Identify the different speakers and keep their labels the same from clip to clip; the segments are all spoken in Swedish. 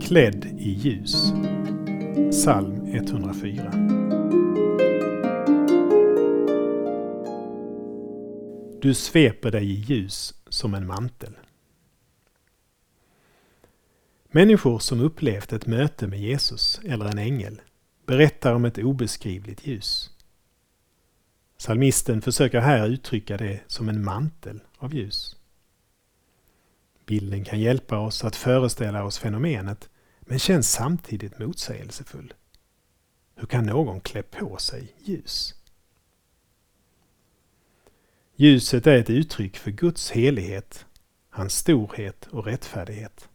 Speaker 1: Klädd i ljus. Psalm 104. Du sveper dig i ljus som en mantel. Människor som upplevt ett möte med Jesus eller en ängel berättar om ett obeskrivligt ljus. Psalmisten försöker här uttrycka det som en mantel av ljus. Bilden kan hjälpa oss att föreställa oss fenomenet, men känns samtidigt motsägelsefull. Hur kan någon klä på sig ljus? Ljuset är ett uttryck för Guds helighet, hans storhet och rättfärdighet.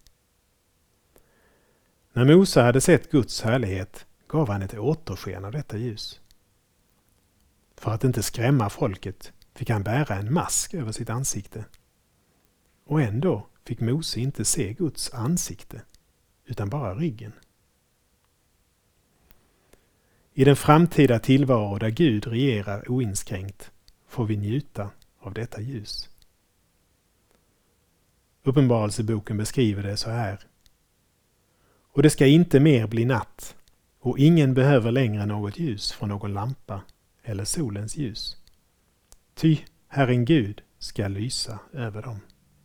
Speaker 1: När Mose hade sett Guds härlighet gav han ett återsken av detta ljus. För att inte skrämma folket fick han bära en mask över sitt ansikte. Och ändå fick Mose inte se Guds ansikte, utan bara ryggen. I den framtida tillvaro där Gud regerar oinskränkt får vi njuta av detta ljus. Uppenbarelseboken beskriver det så här. Och det ska inte mer bli natt, och ingen behöver längre något ljus från någon lampa eller solens ljus. Ty Herren Gud ska lysa över dem.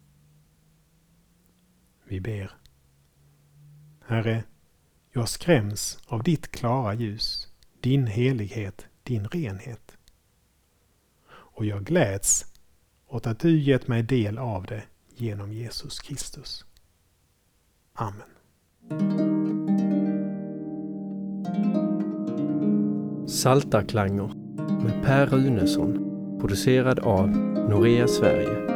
Speaker 1: Vi ber. Herre, jag skräms av ditt klara ljus, din helighet, din renhet. Och jag gläds åt att du gett mig del av det genom Jesus Kristus. Amen.
Speaker 2: Saltarklanger med Per Runesson, producerad av Norea Sverige.